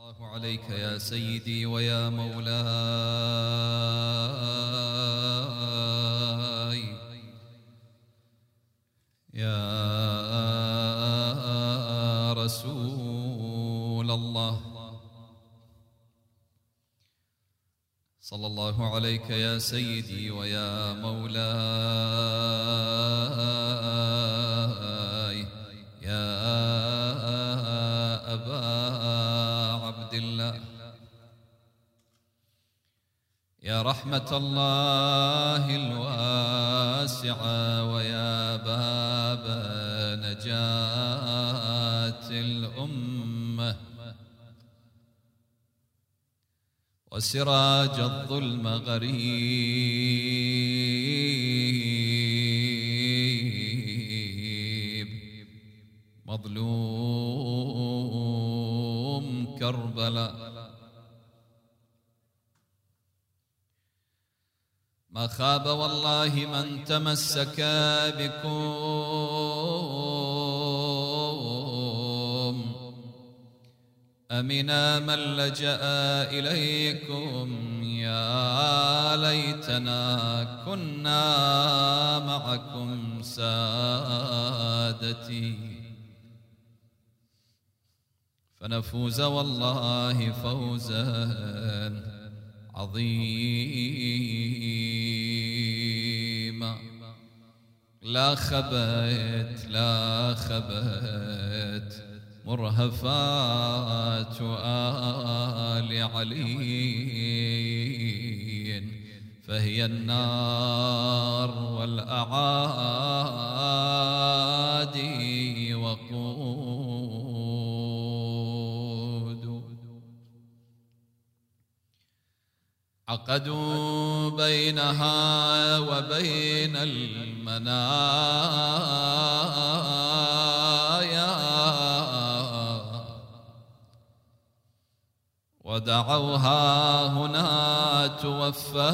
الله عليك يا سيدي ويا مولاي يا رسول الله، صلى الله عليك يا سيدي ويا مولاي يا أبا عبد الله، يا رحمة الله الواسعة ويا باب نجاة الأمة وسراج الظلم غريب مظلوم كربلاء، ما خاب والله من تمسك بكم، أمنا من لجأ إليكم، يا ليتنا كنا معكم سادتي فنفوز والله فوزا عظيما. لا خبت مرهفات آل علي، فهي النار والأعادي وقود، عقدوا بينها وبين المنايا ودعوها هنا توفى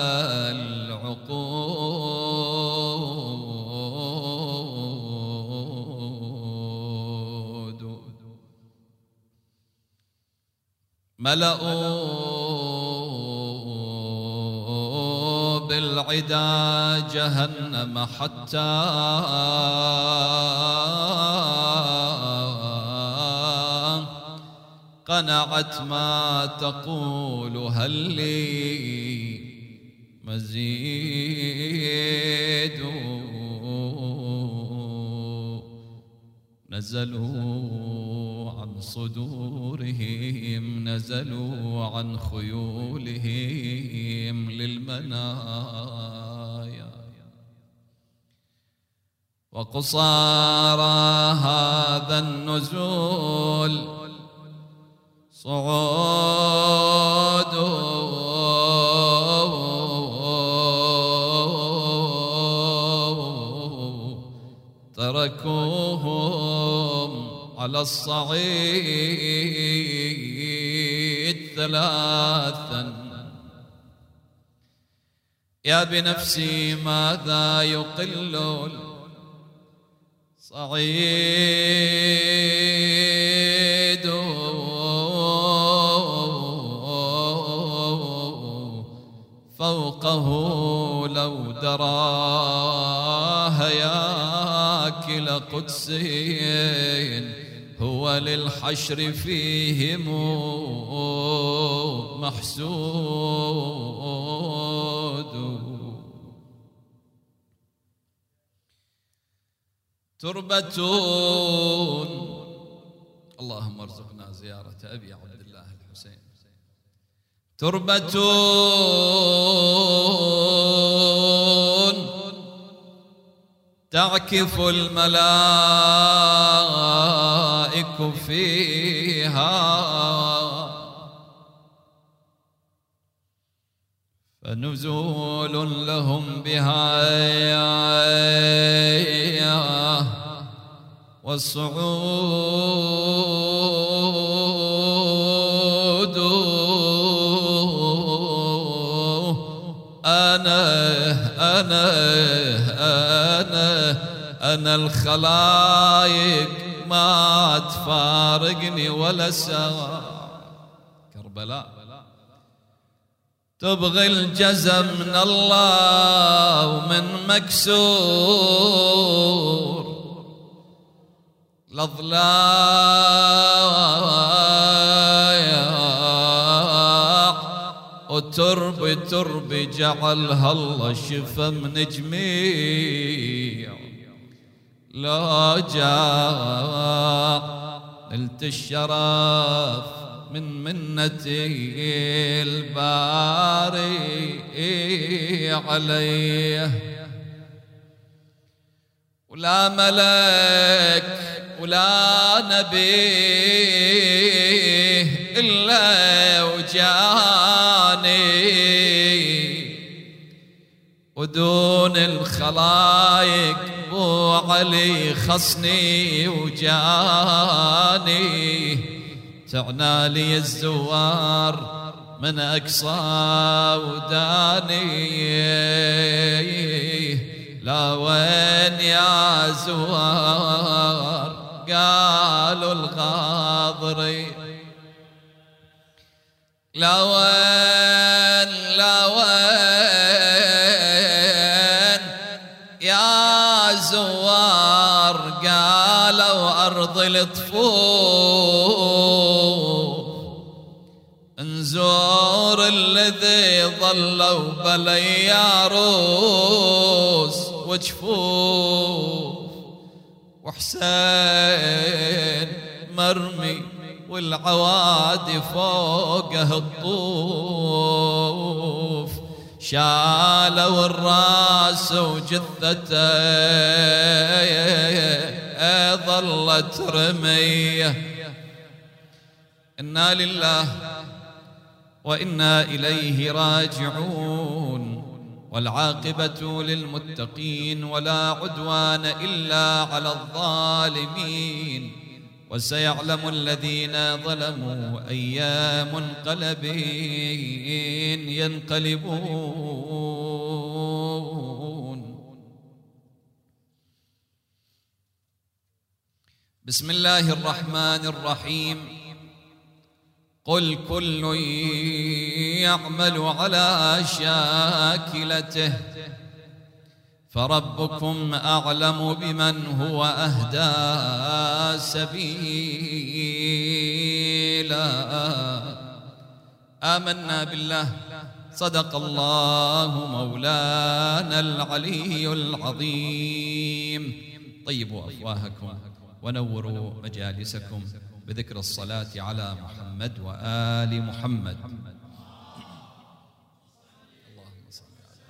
العقود، ملأوا بالعدا جهنم حتى قنعت ما تقول هل لي مزيد، نزلوا عن صدورهم، نزلوا عن خيولهم للمنايا، وقصارى هذا النزول صعود تركوهم على الصعيد ثلاثا، يا بنفسي ماذا يقل الصعيد، فوقه لو دراه ياكل قدسين، هو للحشر فيهم محسود، تربة اللهم ارزقنا زيارة أبي عبد الله الحسين، تربة تعكف الملائك فيها، فنزول لهم بها والصعود، أنا الخلايق ما تفارقني ولا سوا، كربلاء. تبغي الجزم من الله ومن مكسور الأضلاع، وتربي جعلها الله شفا من جميع. لا جاء نلت الشرف من منتي الباري عليه، ولا ملك ولا نبي إلا وجاني، ودون الخلايق بو علي خصني وجاني. تعنى لي الزوار من أقصى وداني، لا وين يا زوار قالوا الغاضري، لا وين لا وين يا زوار قالوا أرض الطفوف، انزور الذي ظلوا بلي يا روس وجفوف، وحسين مرمي والعوادي فوقه الطوف، شالوا الراس وجثته ظلت رميه. إنا لله وإنا إليه راجعون، والعاقبة للمتقين ولا عدوان إلا على الظالمين، وسيعلم الذين ظلموا أي منقلب ينقلبون. بسم الله الرحمن الرحيم. قل كل يعمل على شاكلته فربكم أعلم بمن هو أهدى سبيلا. آمنا بالله، صدق الله مولانا العلي العظيم. طيبوا أفواهكم ونوروا مجالسكم بذكر الصلاة على محمد وآل محمد. اللهم صل على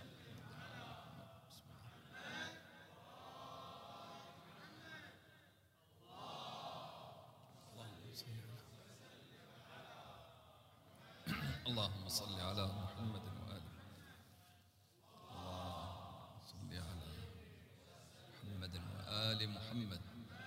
اللهم صل على محمد وآل محمد.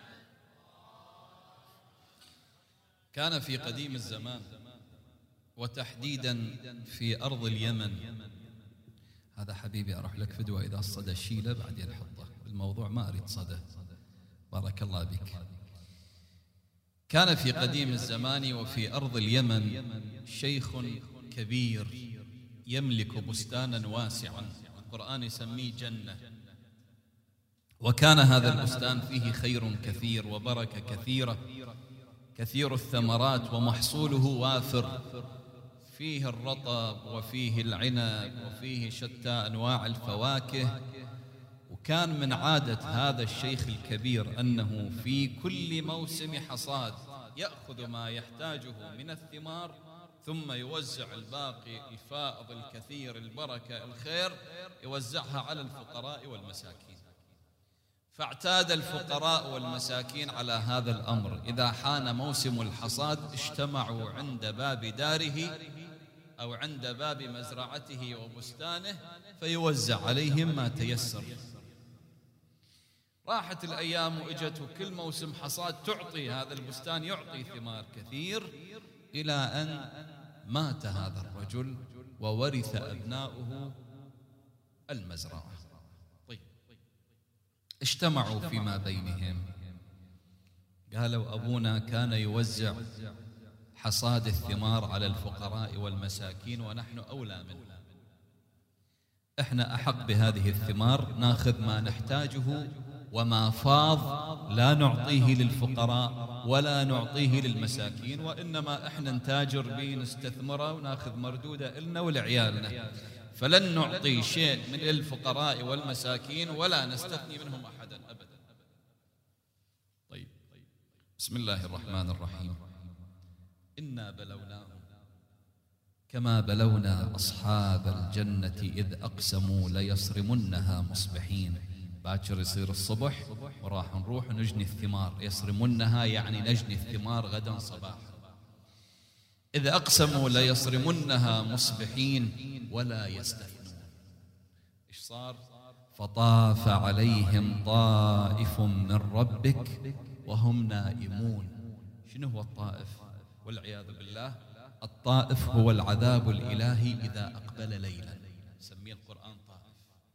كان في قديم الزمان وتحديدا في أرض اليمن، هذا حبيبي أروح لك فدوة إذا صدى الشيلة بعدين حطه الموضوع، ما أريد صدى، بارك الله بك. كان في قديم الزمان وفي أرض اليمن شيخ كبير يملك بستانا واسعا، القرآن يسميه جنة، وكان هذا البستان فيه خير كثير وبركة كثيرة، كثير الثمرات ومحصوله وافر، فيه الرطب وفيه العنب وفيه شتى أنواع الفواكه. وكان من عادة هذا الشيخ الكبير أنه في كل موسم حصاد يأخذ ما يحتاجه من الثمار ثم يوزع الباقي الفائض الكثير البركة الخير يوزعها على الفقراء والمساكين. فاعتاد الفقراء والمساكين على هذا الأمر، إذا حان موسم الحصاد اجتمعوا عند باب داره أو عند باب مزرعته وبستانه فيوزع عليهم ما تيسر. راحت الأيام وإجت وكل موسم حصاد تعطي هذا البستان يعطي ثمار كثير، إلى أن مات هذا الرجل وورث أبناؤه المزرعة. طيب، اجتمعوا فيما بينهم، قالوا أبونا كان يوزع حصاد الثمار على الفقراء والمساكين، ونحن أولى منهم. إحنا أحق بهذه الثمار، ناخذ ما نحتاجه، وما فاض لا نعطيه للفقراء ولا نعطيه للمساكين، وإنما إحنا نتاجر به، نستثمره وناخذ مردودة إلنا ولعيالنا. فلن نعطي شيء من الفقراء والمساكين ولا نستثني منهم أحدا أبدا. طيب، بسم الله الرحمن الرحيم. إنا بلوناهم كما بلونا أصحاب الجنة إذ أقسموا ليصرمنها مصبحين. باكر يصير الصبح وراح نروح نجني الثمار، يصرمنها يعني نجني الثمار غدا صباحا. إذ أقسموا ليصرمنها مصبحين ولا يستثنون. إيش صار؟ فطاف عليهم طائف من ربك وهم نائمون. شنو هو الطائف؟ والعياذ بالله الطائف هو العذاب الإلهي إذا أقبل ليلا، سميه القرآن طائف.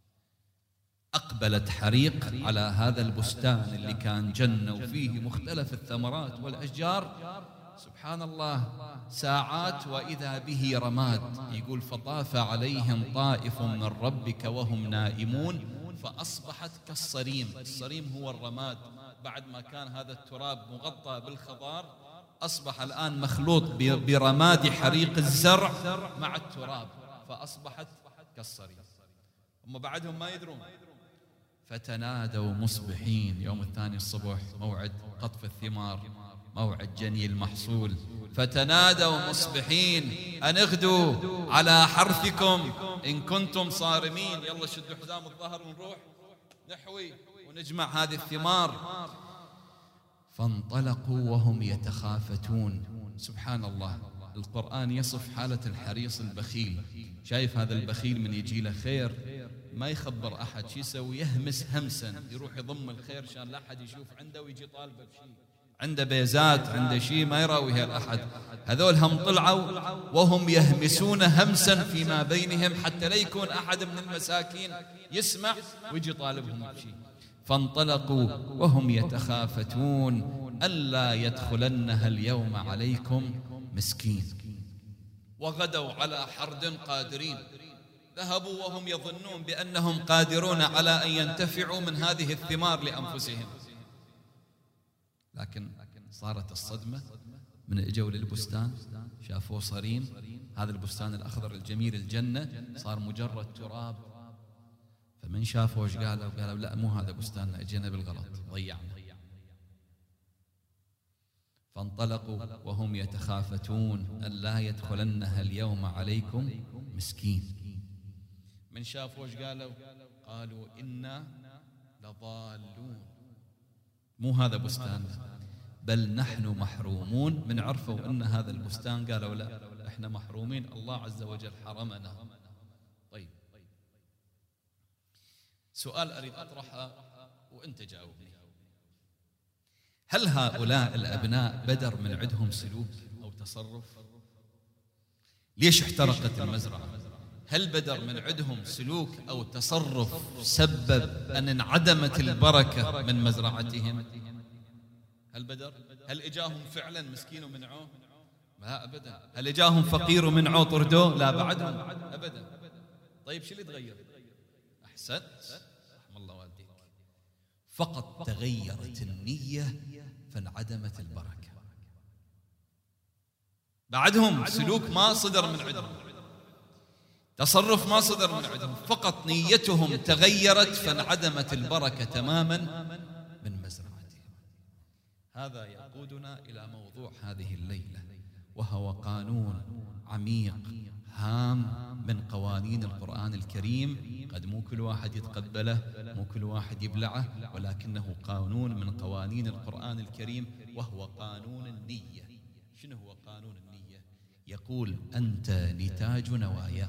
أقبلت حريق على هذا البستان اللي كان جنة وفيه مختلف الثمرات والأشجار، سبحان الله، ساعات وإذا به رماد. يقول فطاف عليهم طائف من ربك وهم نائمون فأصبحت كالصريم. الصريم هو الرماد، بعد ما كان هذا التراب مغطى بالخضار أصبح الآن مخلوط برماد حريق الزرع مع التراب، فأصبحت كالصريم. هم بعدهم ما يدرون. فتنادوا مصبحين، يوم الثاني الصبح موعد قطف الثمار، موعد جني المحصول. فتنادوا مصبحين أن اغدوا على حرثكم إن كنتم صارمين. يلا شدوا حزام الظهر ونروح نحوي ونجمع هذه الثمار. فانطلقوا وهم يتخافتون. سبحان الله، القرآن يصف حالة الحريص البخيل. شايف هذا البخيل من يجي له خير ما يخبر أحد، شو يسوي؟ يهمس همسا، يروح يضم الخير شان لا أحد يشوف عنده ويجي طالبه بشيء، عنده بيزات، عنده شيء ما يراويها لأحد. هذول هم طلعوا وهم يهمسون همسا فيما بينهم حتى لا يكون أحد من المساكين يسمع ويجي طالبهم بشيء. فانطلقوا وهم يتخافتون ألا يدخلنها اليوم عليكم مسكين. وغدوا على حرد قادرين. ذهبوا وهم يظنون بأنهم قادرون على أن ينتفعوا من هذه الثمار لأنفسهم، لكن صارت الصدمة من اجوا للبستان شافوه صريم. هذا البستان الأخضر الجميل الجنة صار مجرد تراب. فمن شافوا ايش قالوا؟ قالوا لا مو هذا بستاننا، اجينا بالغلط ضيعنا. فانطلقوا وهم يتخافتون ألا يدخلنها اليوم عليكم مسكين. من شافوا ايش قالوا؟ قالوا إنا لضالون، مو هذا بستاننا، بل نحن محرومون. من عرفوا أن هذا البستان قالوا لا احنا محرومين، الله عز وجل حرمنا. طيب، سؤال أريد أطرحه وأنت جاوبني. هل هؤلاء الأبناء بدر من عندهم سلوك أو تصرف؟ ليش احترقت المزرعة؟ هل بدر من عندهم سلوك أو تصرف سبب أن انعدمت البركة من مزرعتهم؟ هل بدر؟ هل إجاهم فعلا مسكين ومنعوه؟ لا أبدا. هل إجاهم فقير ومنعوه طردوه؟ لا بعدهم أبدا. طيب شو اللي تغير؟ أحسنت، رحم الله والديك. فقط تغيرت النية فانعدمت البركة. بعدهم سلوك ما صدر من عندهم، تصرف ما صدر من عندهم، فقط نيتهم تغيرت فانعدمت البركة تماما من مزرعتهم. هذا يقودنا إلى موضوع هذه الليلة، وهو قانون عميق هام من قوانين القرآن الكريم. قد مو كل واحد يتقبله، مو كل واحد يبلعه، ولكنه قانون من قوانين القرآن الكريم، وهو قانون النية. شنو هو قانون النية؟ يقول أنت نتاج نواياك.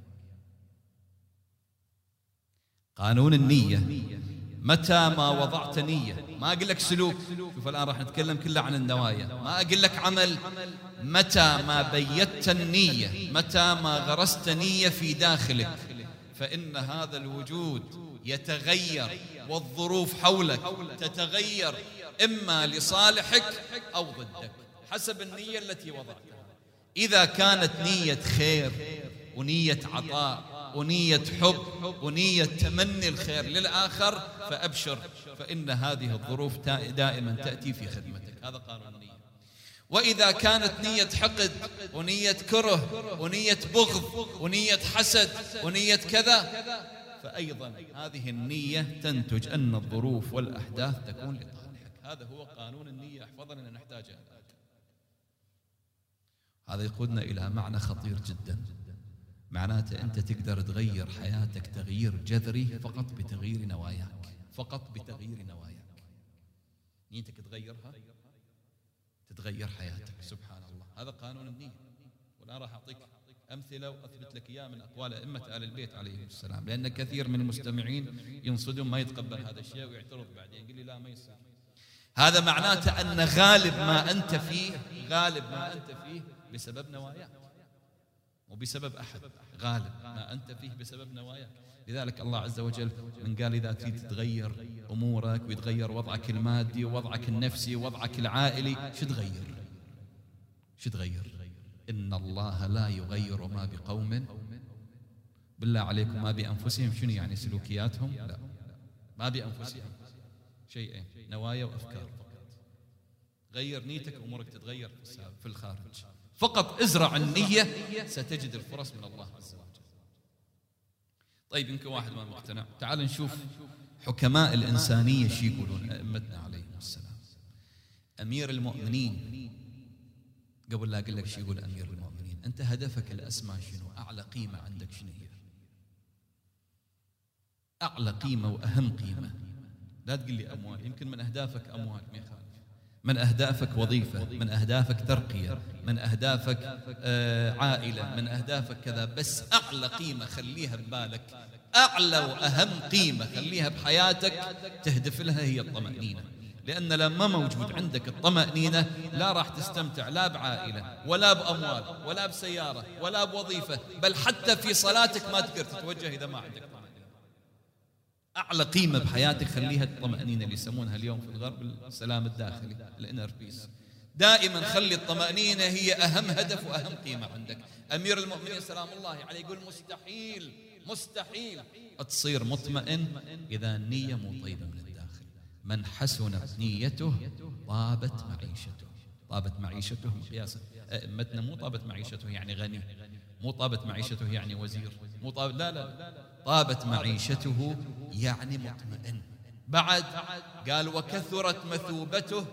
قانون النية متى ما وضعت نية، ما أقول لك سلوك، شوف الآن راح نتكلم كله عن النوايا، ما أقول لك عمل، متى ما بيت النية، متى ما غرست نية في داخلك، فإن هذا الوجود يتغير والظروف حولك تتغير، إما لصالحك أو ضدك. حسب النية التي وضعتها. إذا كانت نية خير ونية عطاء ونية حب ونية تمني الخير للآخر فأبشر، فإن هذه الظروف دائما تأتي في خدمتك. هذا قانون النية. وإذا كانت نية حقد ونية كره ونية بغض ونية حسد ونية كذا، فأيضا هذه النية تنتج أن الظروف والأحداث تكون لصالحك. هذا هو قانون النية، احفظنا نحتاجه الآن. هذا يقودنا إلى معنى خطير جدا، معناته أنت تقدر تغير حياتك تغيير جذري فقط بتغيير نواياك، فقط بتغيير نواياك. نيتك تغيرها تتغير حياتك. سبحان الله، هذا قانون النية. والآن راح أعطيك أمثلة وأثبت لك إياه من أقوال أئمة آل البيت عليهم السلام، لأن كثير من المستمعين ينصدم ما يتقبل هذا الشيء ويعترض بعدين يقول لي لا ما يصير. هذا معناته أن غالب ما أنت فيه بسبب نواياك وبسبب أحد. غالب ما أنت فيه بسبب نواياك. لذلك الله عز وجل من قال إذا تريد تغير أمورك ويتغير وضعك المادي ووضعك النفسي ووضعك العائلي، شو تغير؟ إن الله لا يغير ما بقوم، بالله عليكم ما بأنفسهم. شنو يعني سلوكياتهم؟ لا، ما بأنفسهم، شيئين: نوايا وأفكار فقط. غير نيتك أمورك تتغير في الخارج. فقط ازرع النية ستجد الفرص من الله عز وجل. طيب يمكن واحد ما مقتنع، تعال نشوف حكماء الإنسانية شي يقولون أئمتنا عليهم السلام. أمير المؤمنين، قبل لا أقول لك شي يقول أمير المؤمنين، أنت هدفك الأسمى شنو؟ أعلى قيمة عندك شنو هي؟ أعلى قيمة وأهم قيمة. لا تقول لي أموال، يمكن من أهدافك أموال ما يخالف، من أهدافك وظيفة، من أهدافك ترقية، من أهدافك عائلة، من أهدافك كذا، بس أعلى قيمة خليها ببالك، أعلى وأهم قيمة خليها بحياتك تهدف لها هي الطمأنينة. لأن لما موجود عندك الطمأنينة لا راح تستمتع لا بعائلة ولا بأموال ولا بسيارة ولا بوظيفة، بل حتى في صلاتك ما تقدر تتوجه إذا ما عندك طمأنينة. أعلى قيمة بحياتك خليها الطمأنينة اللي يسمونها اليوم في الغرب السلام الداخلي، الانر بيس. دائما خلي الطمأنينة هي أهم هدف وأهم قيمة عندك. أمير المؤمنين سلام الله عليه يقول مستحيل تصير مطمئن إذا النية مو طيبة من الداخل. من حسنت نيته طابت معيشته مقياس أئمتنا. مو طابت معيشته يعني غني، مو طابت معيشته يعني وزير، مو طابت، لا، طابت معيشته يعني مطمئن. بعد قال وكثرت مثوبته،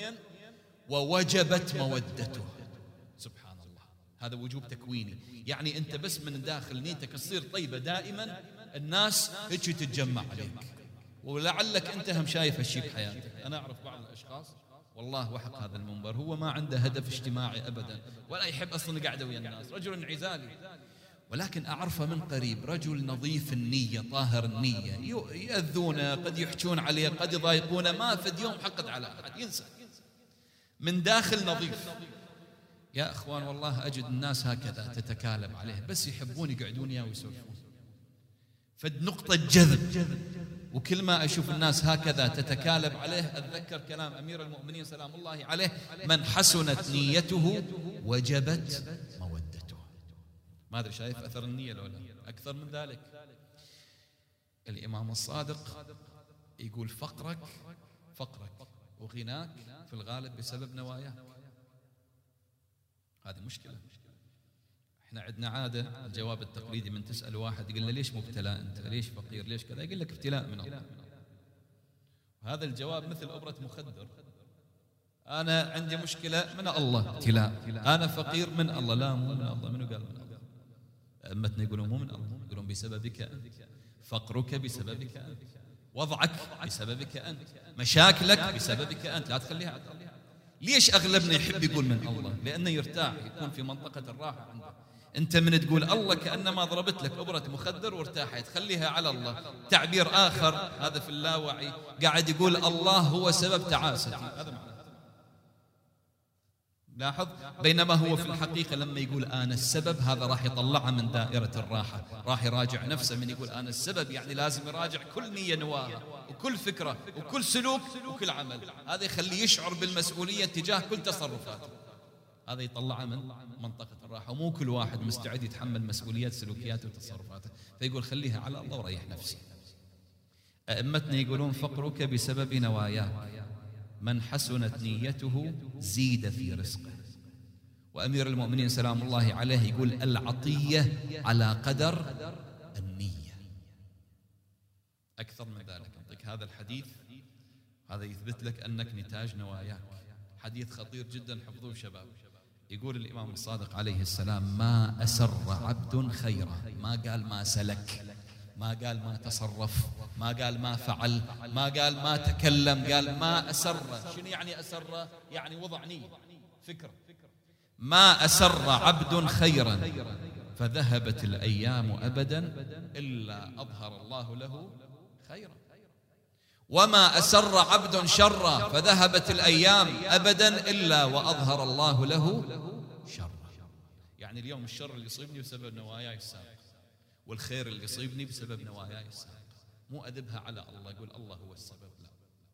ووجبت مودته. سبحان الله، هذا وجوب تكويني. يعني أنت بس من داخل نيتك تصير طيبة دائما، الناس هيك تتجمع عليك، ولعلك أنت هم شايف هالشيء بحياتك. أنا أعرف بعض الأشخاص والله وحق هذا المنبر هو ما عنده هدف اجتماعي أبدا، ولا يحب أصلا قاعدة ويا الناس، رجل انعزالي، ولكن أعرفه من قريب رجل نظيف النية طاهر النية. يأذونه، قد يحجون عليه، قد يضايقونه، ما فد يوم حقد على أحد، ينسى، من داخل نظيف. يا أخوان والله أجد الناس هكذا تتكالب عليه، بس يحبون يقعدون يا ويسولفون. فد نقطة جذب، وكل ما أشوف الناس هكذا تتكالب عليه أتذكر كلام أمير المؤمنين سلام الله عليه: من حسنت نيته وجبت مودته. ما أدري شايف أثر النية لو لا أكثر من ذلك. الإمام الصادق يقول فقرك وغناك في الغالب بسبب نواياك. هذه مشكلة. احنا عندنا عادة الجواب التقليدي من تسأل واحد يقول له ليش مبتلى أنت؟ ليش فقير؟ ليش كذا؟ يقول لك ابتلاء من الله. هذا الجواب مثل أبرة مخدر. أنا عندي مشكلة من الله، ابتلاء. أنا فقير من الله، لا مو من الله. منو قال من الله؟ أئمتنا يقولون مو من الله، يقولون بسببك أنت، فقرك بسببك أنت، وضعك بسببك أنت، مشاكلك بسببك أنت. لا تخليها. ليش أغلبنا يحب يقول من الله؟ لأنه يرتاح، يكون في منطقة الراحة عنده. أنت من تقول الله كأنما ضربت لك إبرة مخدر وارتاحت، خليها على الله. تعبير آخر هذا في اللاوعي قاعد يقول الله هو سبب تعاستي، هذا معناه. لاحظ، بينما هو في الحقيقة لما يقول أنا السبب، هذا راح يطلعه من دائرة الراحة، راح يراجع نفسه. من يقول أنا السبب يعني لازم يراجع كل نية نواها وكل فكرة وكل سلوك وكل عمل. هذا يخليه يشعر بالمسؤولية تجاه كل تصرفاته. هذا يطلعه من منطقة الراحة، ومو كل واحد مستعد يتحمل مسؤوليات سلوكياته وتصرفاته، فيقول خليها على الله وريح نفسي. أئمتنا يقولون فقرك بسبب نواياك، من حسنت نيته زيد في رزقه. وأمير المؤمنين سلام الله عليه يقول العطية على قدر النية. أكثر من ذلك أعطيك هذا الحديث، هذا يثبت لك أنك نتاج نواياك. حديث خطير جدا، حفظوه شباب. يقول الإمام الصادق عليه السلام ما أسر عبد خيرا، ما قال ما سلك، ما قال ما تصرف، ما قال ما فعل، ما قال ما تكلم، قال ما أسر. شنو يعني أسر؟ يعني وضع نية، فكرة. ما أسر عبد خيرا فذهبت الأيام أبدا إلا أظهر الله له خيرا، وما أسر عبد شرا فذهبت الأيام أبدا إلا وأظهر الله له شرا. يعني اليوم الشر اللي يصيبني بسبب نواياي السابقة، والخير اللي يصيبني بسبب نواياي السابقة. مو أذبها على الله، يقول الله هو السبب، لا.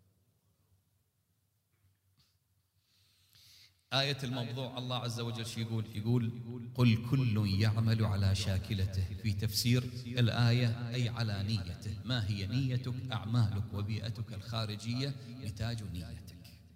آية الموضوع الله عز وجل شو يقول قل كل يعمل على شاكلته. في تفسير الآية أي على نيته. ما هي نيتك؟ أعمالك وبيئتك الخارجية نتاج نيتك.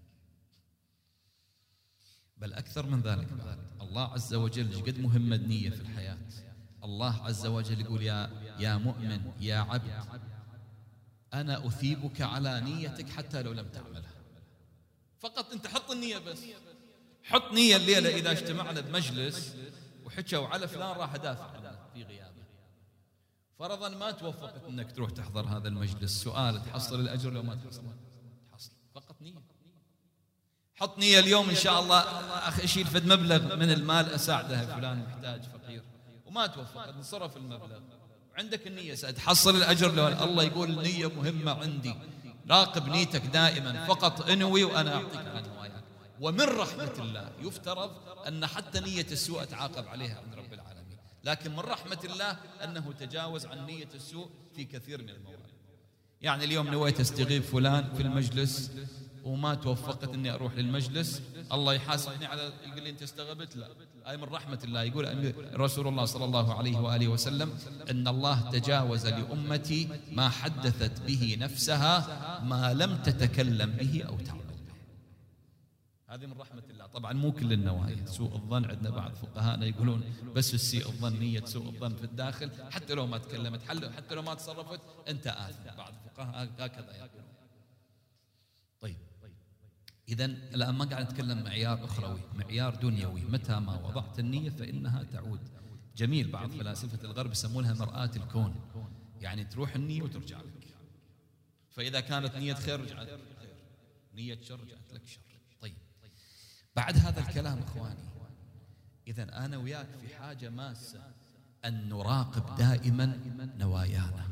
بل أكثر من ذلك بعد، الله عز وجل قد مهمة النية في الحياة. الله عز وجل يقول يا مؤمن يا عبد أنا أثيبك على نيتك حتى لو لم تعملها. فقط أنت حط النية بس. حط نية الليلة إذا اجتمعنا بمجلس وحكوا على فلان راح أدافع عنه في غيابه، فرضا ما توفقت أنك تروح تحضر هذا المجلس، سؤال تحصل الأجر لو ما تحصل؟ فقط نية. حط نية اليوم إن شاء الله أشيل فد مبلغ من المال أساعده فلان محتاج فقير، وما توفقت انصرف المبلغ، عندك النية ستحصل الأجر لو الله يقول النية مهمة عندي. راقب نيتك دائما، فقط انوي وأنا أعطيك عن نواياك. ومن رحمة الله يفترض أن حتى نية السوء تعاقب عليها عند رب العالمين، لكن من رحمة الله أنه تجاوز عن نية السوء في كثير من المواضيع. يعني اليوم نويت استغيب فلان في المجلس وما توفقت أني أروح للمجلس، الله يحاسبني على يقول لي أنت استغبت؟ لا، هاي من رحمة الله. يقول رسول الله صلى الله عليه وآله وسلم أن الله تجاوز لأمتي ما حدثت به نفسها ما لم تتكلم به أو تعمل به. هذه من رحمة الله. طبعا مو كل النوايا سوء الظن، عندنا بعض فقهاءنا يقولون بس السيء الظن، نية سوء الظن في الداخل، حتى لو ما تكلمت، حتى لو ما تصرفت أنت آثم. بعض الفقهاء هكذا يقولون. طيب إذن الآن ما قاعد نتكلم معيار أخروي، معيار دنيوي. متى ما وضعت النية فإنها تعود. جميل، بعض فلاسفة الغرب يسمونها مرآة الكون، يعني تروح النية وترجع لك. فإذا كانت نية خير رجعت لك خير، نية شر رجعت لك شر. طيب بعد هذا الكلام إخواني، إذن أنا وياك في حاجة ماسة أن نراقب دائما نوايانا.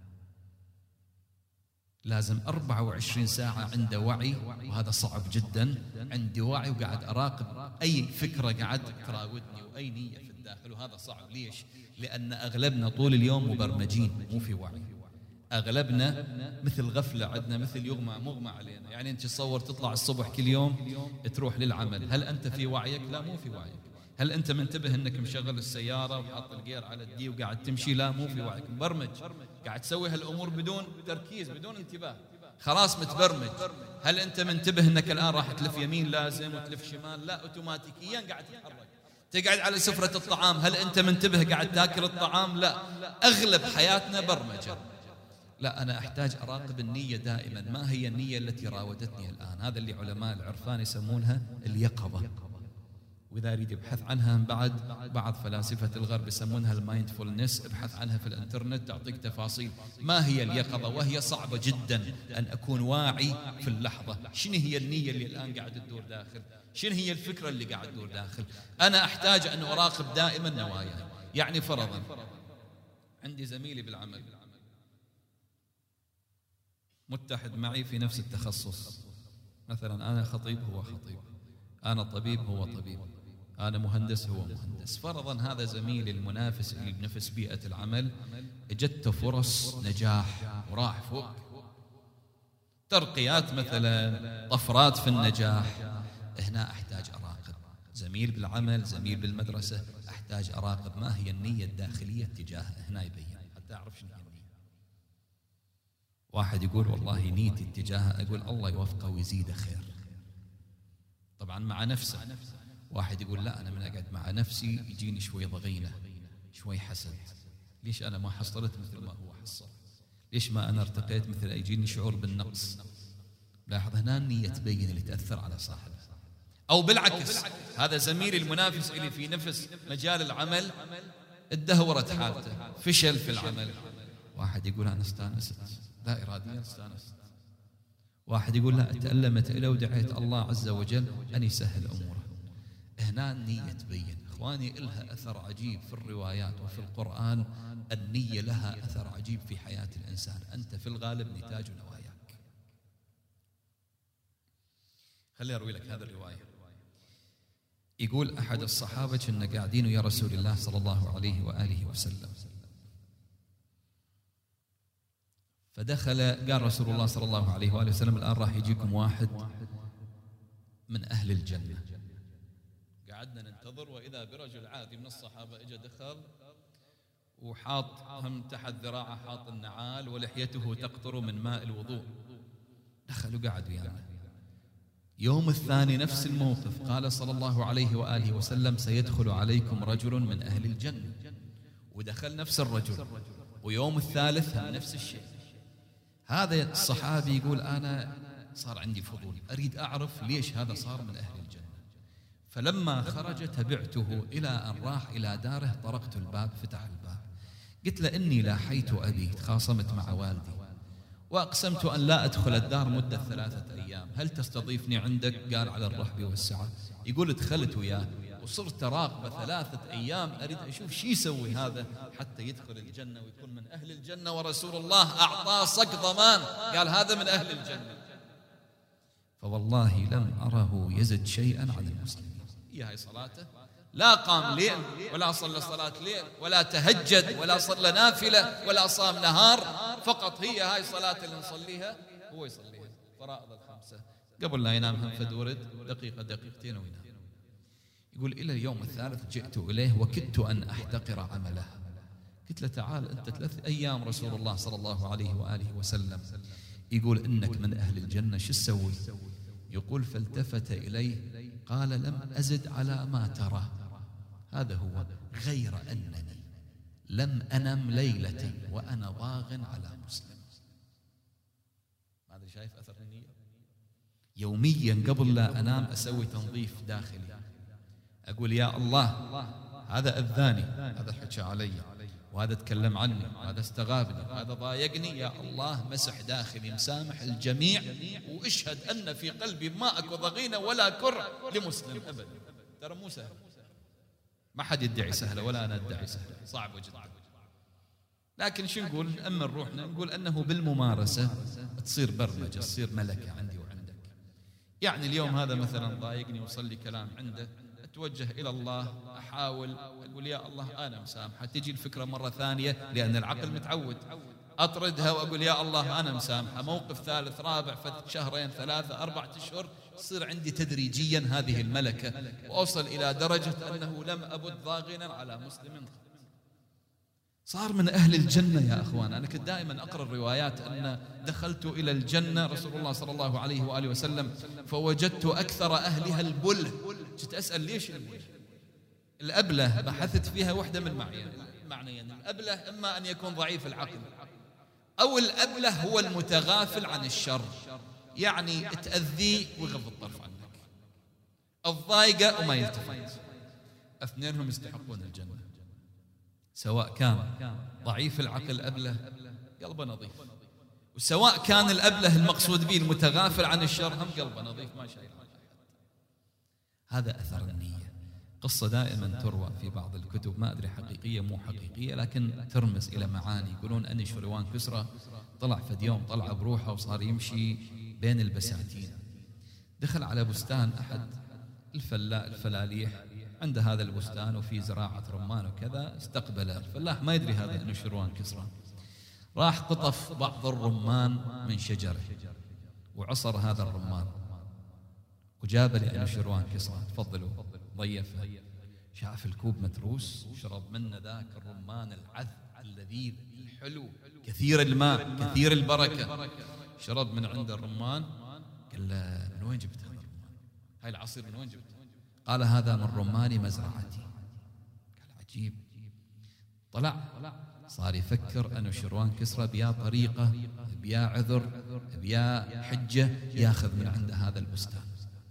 لازم 24 ساعة عند وعي، وهذا صعب جدا. عندي وعي وقاعد أراقب أي فكرة قاعد تراودني وأي نية في الداخل، وهذا صعب. ليش؟ لأن أغلبنا طول اليوم مبرمجين، مو في وعي. أغلبنا مثل غفلة عندنا، مثل مغمى علينا. يعني أنت تصور تطلع الصبح كل يوم تروح للعمل، هل أنت في وعيك؟ لا، مو في وعيك. هل أنت منتبه أنك مشغل السيارة وحاط الجير على الدي وقاعد تمشي؟ لا، مو في وعيك، مبرمج، قاعد تسوي هالأمور بدون تركيز، بدون انتباه، خلاص متبرمج. هل أنت منتبه أنك الآن راح تلف يمين لازم وتلف شمال؟ لا، أوتوماتيكيا قاعد تتحرك. تقعد على سفرة الطعام، هل أنت منتبه قاعد تاكل الطعام؟ لا، أغلب حياتنا برمجة. لا، أنا أحتاج أراقب النية دائما. ما هي النية التي راودتني الآن؟ هذا اللي علماء العرفان يسمونها اليقظة، وإذا أريد أبحث عنها من بعض فلاسفة الغرب يسمونها المايندفولنس. ابحث عنها في الانترنت تعطيك تفاصيل ما هي اليقظة، وهي صعبة جدا أن أكون واعي في اللحظة. شنو هي النية اللي الآن قاعد تدور داخل؟ شنو هي الفكرة اللي قاعد تدور داخل؟ أنا أحتاج أن أراقب دائما نوايا. يعني فرضا عندي زميلي بالعمل متحد معي في نفس التخصص، مثلا أنا خطيب هو خطيب، أنا طبيب هو طبيب، أنا مهندس هو مهندس. فرضا هذا زميلي المنافس اللي بنفس بيئة العمل جت فرص نجاح وراح فوق، ترقيات مثلا، طفرات في النجاح. هنا أحتاج أراقب زميل بالعمل، زميل بالمدرسة، أحتاج أراقب ما هي النية الداخلية تجاهه. هنا يبين حتى أعرف شنو هي النية. واحد يقول والله نيتي اتجاهه، أقول الله يوفقه ويزيده خير، طبعا مع نفسه. واحد يقول لا، أنا من أقعد مع نفسي يجيني شوي ضغينة، شوي حسد، ليش أنا ما حصلت مثل ما هو حصل؟ ليش ما أنا ارتقيت مثل؟ يجيني شعور بالنقص. لاحظ هنا النية تبين اللي تأثر على صاحبه. أو بالعكس، هذا زميلي المنافس اللي في نفس مجال العمل ادهورت حالته، فشل في العمل. واحد يقول أنا استانست، لا إراديا استانست. واحد يقول لا، تألمت إليه ودعيت الله عز وجل أن يسهل أموره. هنا النية تبين. إخواني، إلها أثر عجيب في الروايات وفي القرآن. النية لها أثر عجيب في حياة الإنسان. أنت في الغالب نتاج نواياك. خلي أروي لك هذه الرواية. يقول أحد الصحابة كنا قاعدين ويا رسول الله صلى الله عليه وآله وسلم، فدخل قال رسول الله صلى الله عليه وآله وسلم الآن راح يجيكم واحد من أهل الجنة. قعدنا ننتظر، وإذا برجل عادي من الصحابة إجا دخل وحاط هم تحت ذراعه حاط النعال ولحيته تقطر من ماء الوضوء. دخل وقعد ويانا. يوم الثاني نفس الموقف، قال صلى الله عليه وآله وسلم سيدخل عليكم رجل من أهل الجنة، ودخل نفس الرجل. ويوم الثالث هم نفس الشيء. هذا الصحابي يقول أنا صار عندي فضول، أريد أعرف ليش هذا صار من أهل الجنة. فلما خرج تبعته إلى أن راح إلى داره، طرقت الباب، فتح الباب، قلت له إني لاحيت أبي، تخاصمت مع والدي وأقسمت أن لا أدخل الدار مدة 3 أيام، هل تستضيفني عندك؟ قال على الرحب والسعة. يقول دخلت وياه وصرت راقبة 3 أيام، أريد أشوف شي يسوي هذا حتى يدخل الجنة ويكون من أهل الجنة، ورسول الله أعطاه صك ضمان، قال هذا من أهل الجنة. فوالله لم أره يزد شيئا عن المسلمين. هي صلاته، لا قام ليل ولا صلى صلاة ليل ولا تهجد ولا صلى نافلة ولا صام نهار، فقط هي هاي صلاة اللي نصليها هو يصليها، فرائض الخمسة قبل لا ينام هم فد ورد دقيقة دقيقتين وينام. يقول إلى اليوم الثالث جئت إليه وكدت أن أحتقر عمله. قلت له تعال أنت 3 أيام رسول الله صلى الله عليه وآله وسلم يقول إنك من أهل الجنة، شو تسوي؟ يقول فالتفت إليه قال لم أزد على ما ترى، هذا هو، غير أنني لم أنم ليلة وأنا ضاغ على مسلم. ما أدري شايف أثر النية؟ يوميا قبل لا أنام أسوي تنظيف داخلي، أقول يا الله هذا أذاني، هذا حكى علي، وهذا تكلم عني، وهذا استغابني، وهذا ضايقني، يا الله مسح داخلي، مسامح الجميع، واشهد أن في قلبي ما أكو ضغينة ولا كره لمسلم أبدا. ترى مو سهل، ما حد يدعي سهلة ولا أنا أدعي سهلة، صعب جدا. لكن شو نقول؟ نأمن روحنا، نقول أنه بالممارسة تصير برمجة، تصير ملكة عندي وعندك. يعني اليوم هذا مثلا ضايقني وصلي كلام عنده، أتوجه إلى الله، أحاول أقول يا الله أنا مسامحة، تجي الفكرة مرة ثانية لأن العقل متعود، أطردها وأقول يا الله أنا مسامحة، موقف ثالث رابع، شهرين 3 4 أشهر، تصير عندي تدريجيا هذه الملكة، وأوصل إلى درجة أنه لم أبد ضاغنا على مسلم، صار من أهل الجنة. يا أخوان أنا كنت دائما أقرأ الروايات أن دخلت إلى الجنة رسول الله صلى الله عليه وآله وسلم فوجدت أكثر أهلها البله. كنت أسأل ليش البله؟ الأبله بحثت فيها واحدة من معنيين، الأبله إما أن يكون ضعيف العقل، أو الأبله هو المتغافل عن الشر، يعني تأذيه ويغض الطرف عنك، الضايقة وما يلتفت، اثنينهم يستحقون الجنة، سواء كان ضعيف العقل أبله قلبه نظيف، وسواء كان الأبله المقصود به المتغافل عن الشر هم قلبه نظيف ما شاء الله. هذا أثر النية. قصة دائما تروى في بعض الكتب، ما أدري حقيقية مو حقيقية، لكن ترمز إلى معاني. يقولون أن شروان كسرى طلع فد يوم طلع بروحه وصار يمشي بين البساتين، دخل على بستان أحد الفلاليح، عند هذا البستان وفي زراعة رمان وكذا، استقبل الفلاح ما يدري هذا أنه شروان كسرى، راح قطف بعض الرمان من شجرة وعصر هذا الرمان وجاب لأنه شروان كسرى، تفضلوا ضيفه، شاف الكوب متروس، شرب منه ذاك الرمان العذب اللذيذ الحلو كثير الماء كثير البركة، شرب من عند الرمان. قال له من وين جبت هذا الرمان؟ هاي العصير من وين جبته؟ قال هذا من رمان مزرعتي. قال عجيب. طلع صار يفكر أنه شروان كسرى بيا طريقة بيا عذر بيا حجة ياخذ من عند هذا البستان.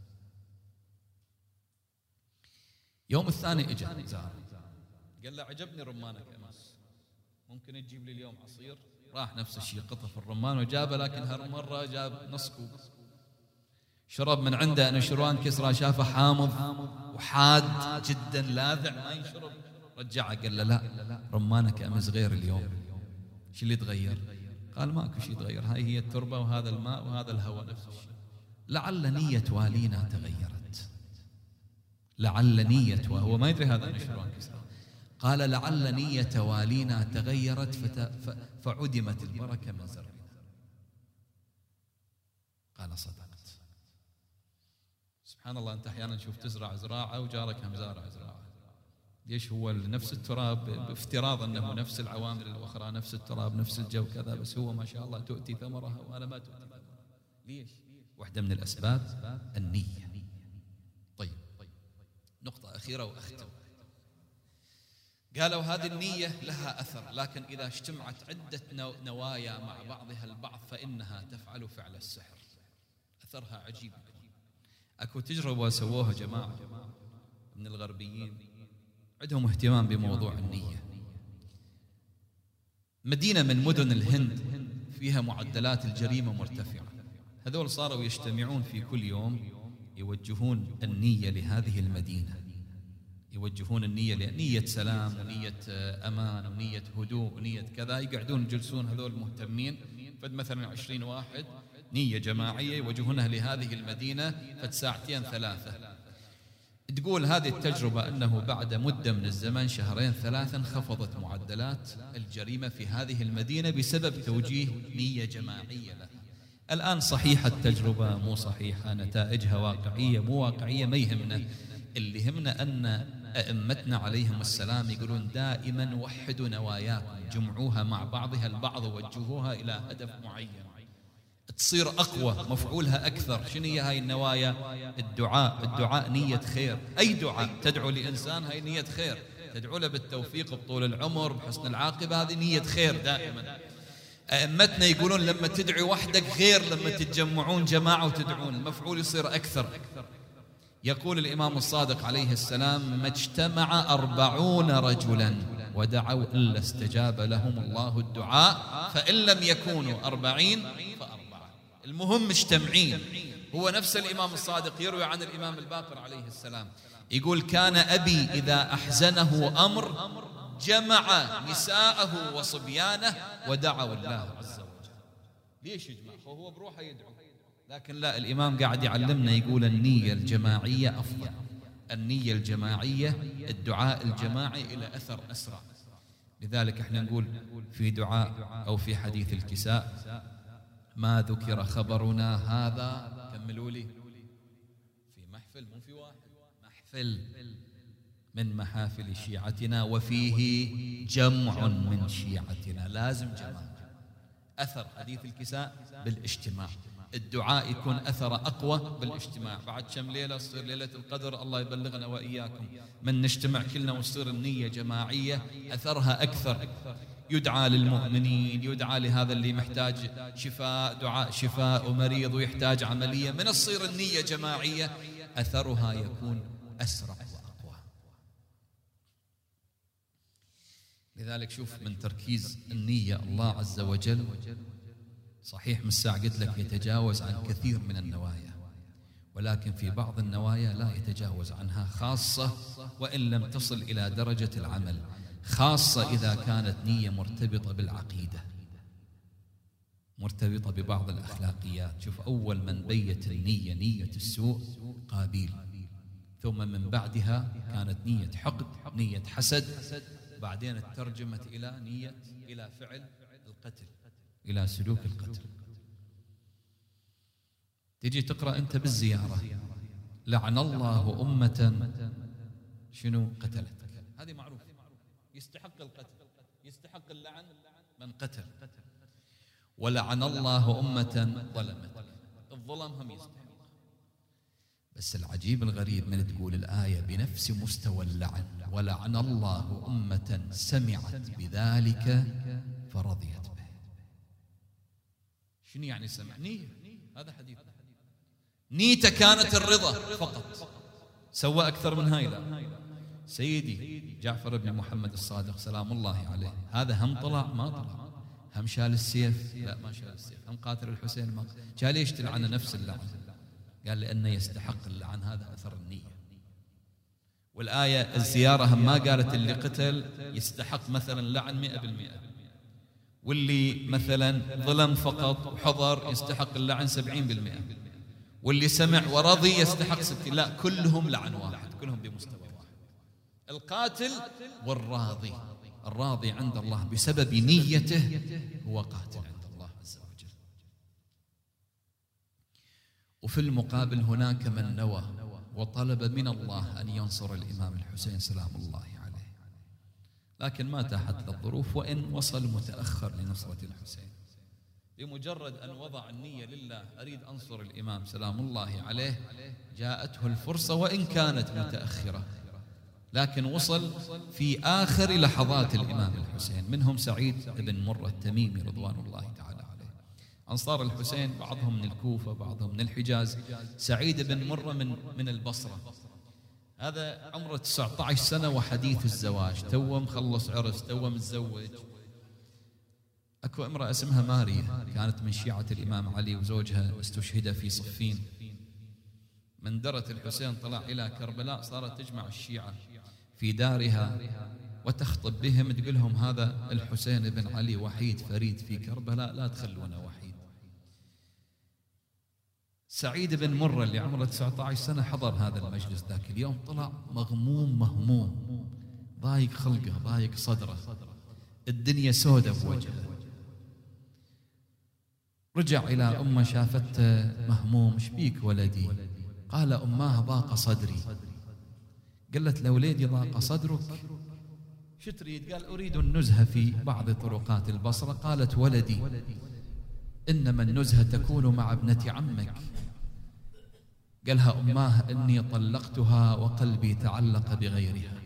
يوم الثاني اجى زار، قال له عجبني رمانك امس، ممكن تجيب لي اليوم عصير؟ راح نفس الشيء قطف الرمان وجابه، لكن هالمره جاب نص كوب. شرب من عنده أنه شروان كسرى شافه حامض وحاد جدا لاذع ما ينشرب. رجعه قال له لا رمانك امس غير اليوم. شو اللي تغير؟ قال ماكو شيء يتغير، هاي هي التربه وهذا الماء وهذا الهواء نفس الشيء. لعل نية والينا تغيرت، لعل نية، وهو ما يدري هذا أنه شروان كسرى. قال لعل نية والينا تغيرت فعدمت البركة من زرعنا. قال صدقت. سبحان الله، أنت أحيانا تشوف تزرع زراعة وجارك هم زارع زراعة، ليش؟ هو نفس التراب، بافتراض أنه نفس العوامل الأخرى، نفس التراب نفس الجو كذا، بس هو ما شاء الله تؤتي ثمرها وأنا ما تؤتي ثمرها. ليش؟ واحدة من الأسباب النية. طيب نقطة أخيرة وأختم. قالوا هذه النية لها أثر، لكن إذا اجتمعت عدة نوايا مع بعضها البعض فإنها تفعل فعل السحر. أثرها عجيب. أكو تجربة سووها جماعة من الغربيين عندهم اهتمام بموضوع النية. مدينة من مدن الهند فيها معدلات الجريمة مرتفعة، هذول صاروا يجتمعون في كل يوم يوجهون النية لهذه المدينة، يوجهون النية لنية سلام ونية أمان ونية هدوء ونية كذا. يقعدون يجلسون هذول مهتمين، فد مثلا 20 واحد نية جماعية يوجهونها لهذه المدينة فد ساعتين ثلاثة. تقول هذه التجربة أنه بعد مدة من الزمن شهرين ثلاثة انخفضت معدلات الجريمة في هذه المدينة بسبب توجيه نية جماعية لها. الآن صحيحة التجربة مو صحيحة، نتائجها واقعية مو واقعية، ما يهمنا. اللي يهمنا أن أئمتنا عليهم السلام يقولون دائما وحدوا نواياكم، جمعوها مع بعضها البعض ووجهوها إلى هدف معين تصير أقوى، مفعولها أكثر. شنو هي هاي النوايا؟ الدعاء نية خير. أي دعاء تدعو لإنسان هاي نية خير، تدعو له بالتوفيق بطول العمر بحسن العاقبة، هذه نية خير دائما. أئمتنا يقولون لما تدعي وحدك غير لما تتجمعون جماعة وتدعون، المفعول يصير أكثر. يقول الإمام الصادق عليه السلام ما اجتمع 40 رجلا ودعوا إلا استجاب لهم الله الدعاء، فإن لم يكونوا 40 فأربعة. المهم مجتمعين. هو نفس الإمام الصادق يروي عن الإمام الباقر عليه السلام يقول كان أبي إذا أحزنه أمر جمع نساءه وصبيانه ودعوا الله عز وجل. ليش يجمع؟ هو بروحه يدعو، لكن لا، الإمام قاعد يعلمنا يقول النية الجماعية أفضل. النية الجماعية، الدعاء الجماعي إلى أثر أسرع. لذلك احنا نقول في دعاء أو في حديث الكساء ما ذكر خبرنا هذا، كملوا لي، في محفل مو في واحد، محفل من محافل شيعتنا وفيه جمع من شيعتنا، لازم جماعة. أثر حديث الكساء بالاجتماع، الدعاء يكون أثر أقوى بالاجتماع. بعد كم ليلة تصير ليلة القدر، الله يبلغنا وإياكم، من نجتمع كلنا وتصير النية جماعية أثرها أكثر. يدعى للمؤمنين، يدعى لهذا اللي محتاج شفاء، دعاء شفاء ومريض ويحتاج عملية، من تصير النية جماعية أثرها يكون أسرع وأقوى. لذلك شوف من تركيز النية الله عز وجل، صحيح من الساعة قلت لك يتجاوز عن كثير من النوايا، ولكن في بعض النوايا لا يتجاوز عنها، خاصة وإن لم تصل إلى درجة العمل، خاصة إذا كانت نية مرتبطة بالعقيدة، مرتبطة ببعض الأخلاقيات. شوف أول من بيت النية نية السوء قابيل، ثم من بعدها كانت نية حقد، نية حسد، بعدين ترجمت إلى نية إلى فعل القتل، إلى سلوك القتل. تجي تقرأ أنت بالزيارة لعن الله أمة شنو؟ قتلتك. هذه معروف، يستحق القتل، يستحق اللعن من قتل. ولعن الله أمة ظلمت، الظلم هم يستحق. بس العجيب الغريب من تقول الآية بنفس مستوى اللعن، ولعن الله أمة سمعت بذلك فرضيت به. شنو يعني سمع؟ نية، هذا حديث، نيته كانت الرضا فقط، سوى أكثر من هاي لا. سيدي جعفر بن محمد الصادق سلام الله عليه، هذا هم طلع ما طلع، هم شال السيف لا ما شال السيف، هم قاتل الحسين ما قال. ليش تلعن نفس اللعن؟ قال لأنه يستحق اللعن، هذا أثر النية. والآية الزيارة هم ما قالت اللي قتل يستحق مثلا لعن 100%، واللي مثلا ظلم فقط وحضر يستحق اللعن 70%، واللي سمع ورضي يستحق 60%. لا، كلهم لعن واحد، كلهم بمستوى واحد. القاتل والراضي، الراضي عند الله بسبب نيته هو قاتل عند الله عز وجل. وفي المقابل هناك من نوى وطلب من الله أن ينصر الإمام الحسين سلام الله عليه، لكن ما تاحت له الظروف، وإن وصل متأخر لنصرة الحسين. بمجرد أن وضع النية لله أريد أنصر الإمام سلام الله عليه، جاءته الفرصة وإن كانت متأخرة، لكن وصل في آخر لحظات الإمام الحسين. منهم سعيد بن مرة التميمي رضوان الله تعالى عليه. أنصار الحسين بعضهم من الكوفة بعضهم من الحجاز. سعيد بن مرة من البصرة، هذا عمره 19 سنة وحديث الزواج، توه مخلص عرس، توه متزوج. أكو امرأة اسمها ماريا كانت من شيعة الإمام علي، وزوجها استشهد في صفين. من درة الحسين طلع إلى كربلاء، صارت تجمع الشيعة في دارها وتخطب بهم، تقول لهم هذا الحسين بن علي وحيد فريد في كربلاء، لا تخلونه وحيد. سعيد بن مرة اللي عمره 19 سنة حضر هذا المجلس ذاك اليوم، طلع مغموم مهموم، ضايق خلقه ضايق صدره، الدنيا سودة بوجهه. رجع إلى أمه شافته مهموم، ايش بيك ولدي؟ قال أماه ضاق صدري. قالت له وليدي ضاق صدرك شو تريد؟ قال أريد النزهة في بعض طرقات البصرة. قالت ولدي إنما النزهة تكون مع ابنة عمك. قالها أماه إني طلقتها وقلبي تعلق بغيرها.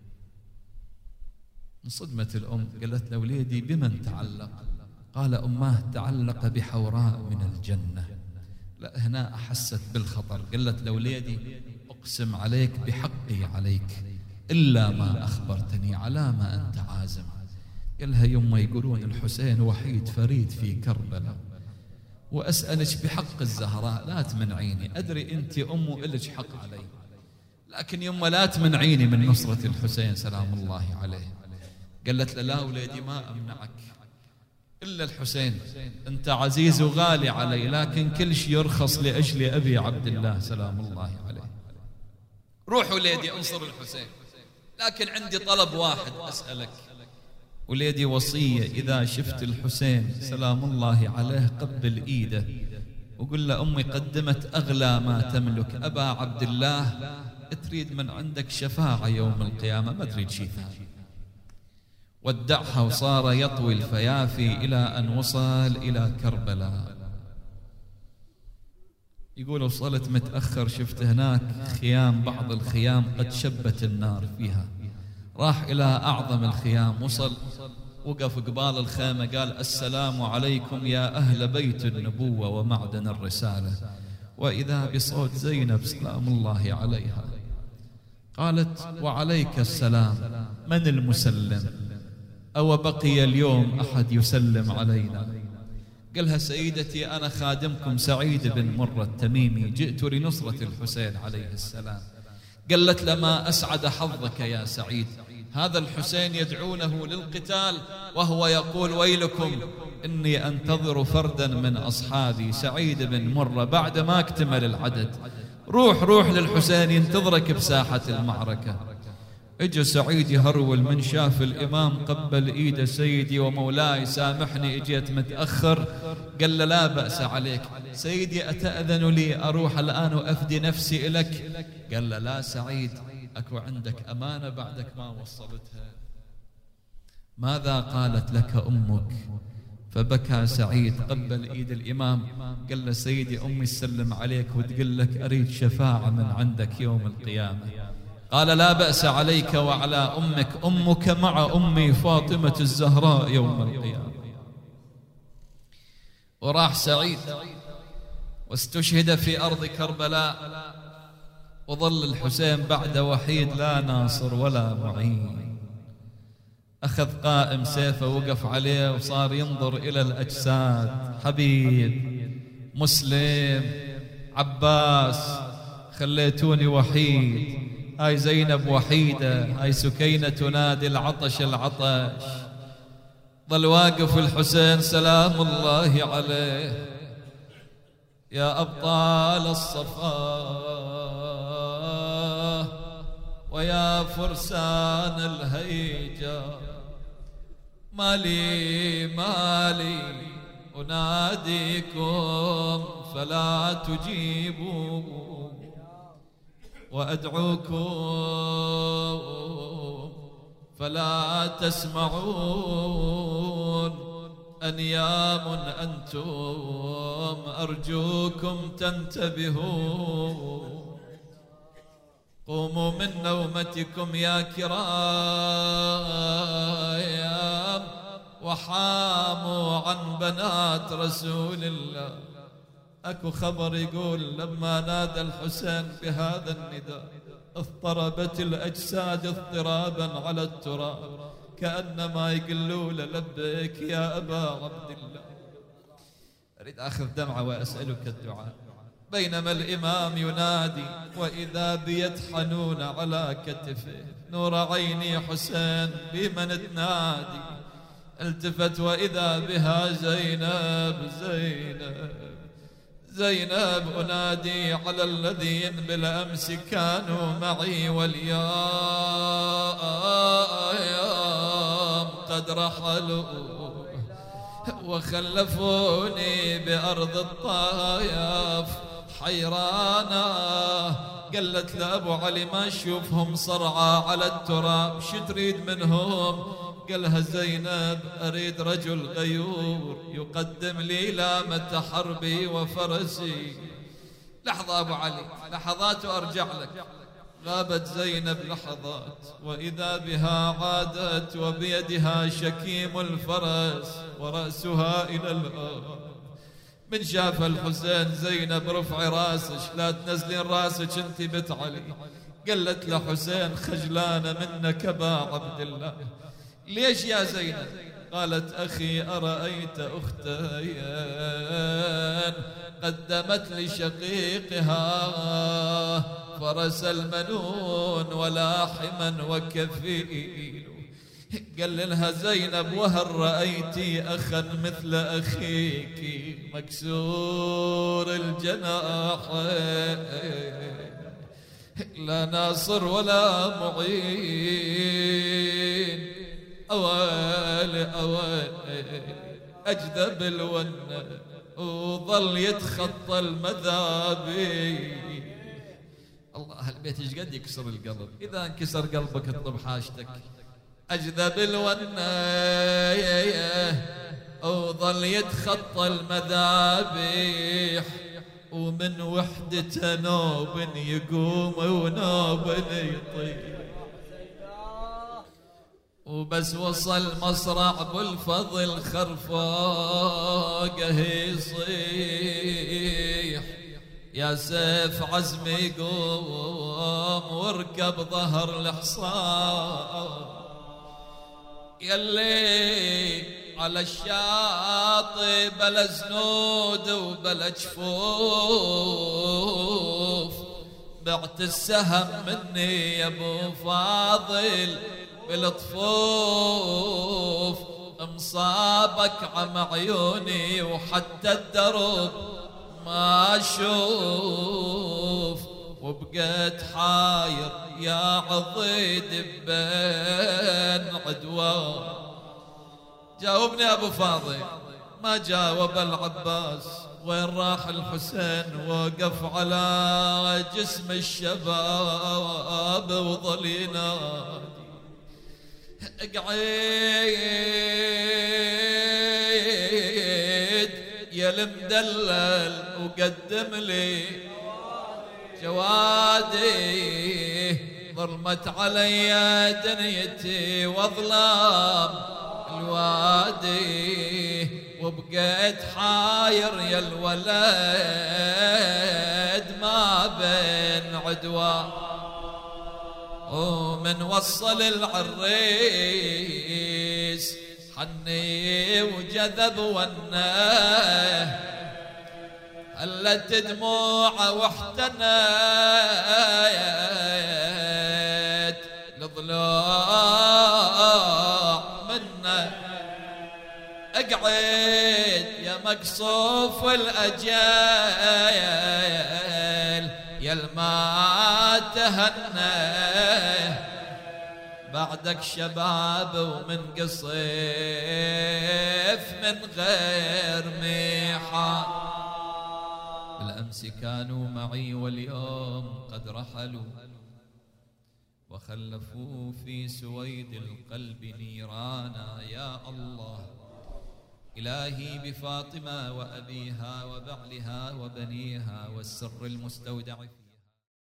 انصدمت الأم، قالت له وليدي بمن تعلق؟ قال أماه تعلق بحوراء من الجنة. لا، هنا أحست بالخطر. قالت له وليدي أقسم عليك بحقي عليك إلا ما أخبرتني على ما أنت عازم. قالها يما يقولون الحسين وحيد فريد في كربلاء، وأسألك بحق الزهراء لا تمنعيني، أدري أنت أم إلك حق علي، لكن يما لا تمنعيني من نصرة الحسين سلام الله عليه. قالت له لا وليدي ما أمنعك إلا الحسين، أنت عزيز وغالي علي، لكن كل شيء يرخص لأجل أبي عبد الله سلام الله عليه. روح وليدي انصر الحسين، لكن عندي طلب واحد أسألك. وليدي وصية، إذا شفت الحسين سلام الله عليه قبل إيده وقل له أمي قدمت أغلى ما تملك أبا عبد الله، تريد من عندك شفاعة يوم القيامة، ما تريد شيء ثاني. ودعها وصار يطوي الفيافي إلى أن وصل إلى كربلاء. يقول وصلت متأخر، شفت هناك خيام، بعض الخيام قد شبت النار فيها، راح إلى أعظم الخيام، وصل وقف قبال الخيمة قال السلام عليكم يا أهل بيت النبوة ومعدن الرسالة. وإذا بصوت زينب سلام الله عليها قالت وعليك السلام، من المسلم؟ أو بقي اليوم أحد يسلم علينا؟ قالها سيدتي أنا خادمكم سعيد بن مرة التميمي، جئت لنصرة الحسين عليه السلام. قالت لما أسعد حظك يا سعيد، هذا الحسين يدعونه للقتال وهو يقول ويلكم إني أنتظر فردا من أصحابي سعيد بن مرة بعد ما اكتمل العدد، روح للحسين ينتظرك بساحة المعركة. اجى سعيد يهرول، من شاف الإمام قبل إيده سيدي ومولاي سامحني اجيت متأخر. قال له لا بأس عليك سيدي، أتأذن لي أروح الآن وأفدي نفسي إليك؟ قال له لا سعيد، أكو عندك أمانة بعدك ما وصلتها. ماذا قالت لك أمك؟ فبكى سعيد، قبل إيد الإمام، قال له سيدي أمي تسلم عليك وتقول لك أريد شفاعة من عندك يوم القيامة. قال لا بأس عليك وعلى أمك، أمك مع أمي فاطمة الزهراء يوم القيامة. وراح سعيد واستشهد في أرض كربلاء، وظل الحسين بعد وحيد لا ناصر ولا معين. أخذ قائم سيفه وقف عليه وصار ينظر إلى الأجساد، حبيب، مسلم، عباس، خليتوني وحيد، هاي زينب وحيدة، هاي سكينة تنادي العطش العطش. ظل واقف الحسين سلام الله عليه. يا أبطال الصفا ويا فرسان الهيجا، مالي أناديكم فلا تجيبوا، وأدعوكم فلا تسمعون. أنيام أنتم أرجوكم تنتبهوا. قوموا من نومتكم يا كرام، وحاموا عن بنات رسول الله. أكو خبر يقول لما نادى الحسين بهذا النداء اضطربت الأجساد اضطرابا على التراب، كأنما يقولوا له لبيك يا أبا عبد الله. أريد آخذ دمعة وأسألك الدعاء. بينما الإمام ينادي وإذا بيطحنون على كتفه، نور عيني حسين بمن تنادي. التفت وإذا بها زينب أنادي على الذين بالأمس كانوا معي واليوم قد رحلوا وخلفوني بأرض الطايف حيرانا. قالت لأبو علي ما أشوفهم صرعى على التراب، شو تريد منهم؟ قالها زينب أريد رجل غيور يقدم لي لامة حربي وفرسي. لحظة أبو علي، لحظات وأرجع لك. غابت زينب لحظات وإذا بها عادت وبيدها شكيم الفرس ورأسها إلى الأرض. من شاف الحسين زينب رفعي راسك، لا تنزلين راسك انت بنت علي. قالت له حسين خجلانة منك أبا عبد الله. ليش يا زينب؟ قالت أخي أرأيت أختين قدمت لشقيقها فرس المنون ولاحما وكفيل. قال لها زينب وهل رأيتي أخا مثل أخيك مكسور الجناحين، لا ناصر ولا معين. أويل أجذب الونة وظل يتخطى المذابي. الله البيت ايش قد يكسر القلب. إذا انكسر قلبك اطلب حاجتك. أجذب الونة وظل يتخطى المذابيح، ومن وحدته نوب يقوم ونوب يطير. وبس وصل مصرع بالفضل خرفاقه يصيح يا سيف عزمي قوم واركب ظهر الحصان. يلي على الشاطئ بلا زنود وبلا جفوف، بعت السهم مني يا ابو فاضل بالطفوف. مصابك عم عيوني وحتى الدرب ما اشوف، وبقيت حاير يا عضيد بين عدوان. جاوبني ابو فاضل. ما جاوب العباس وين راح الحسين وقف على جسم الشباب وظل ينادي اقعد يا المدلل وقدم لي جوادي، ظلمت علي دنيتي واظلام الوادي، وبقيت حاير يا الولد ما بين عدوان. ومن وصل العريس حني وجذب وناه، هلت دموعه واحتنت لضلوع منه. اقعد يا مقصوف الاجال يا الما تهنى، بعدك شباب ومن قصيف من غير ميحان. بالأمس كانوا معي واليوم قد رحلوا، وخلفوا في سويد القلب نيرانا. يا الله إلهي بفاطمة وأبيها وبعلها وبنيها والسر المستودع فيها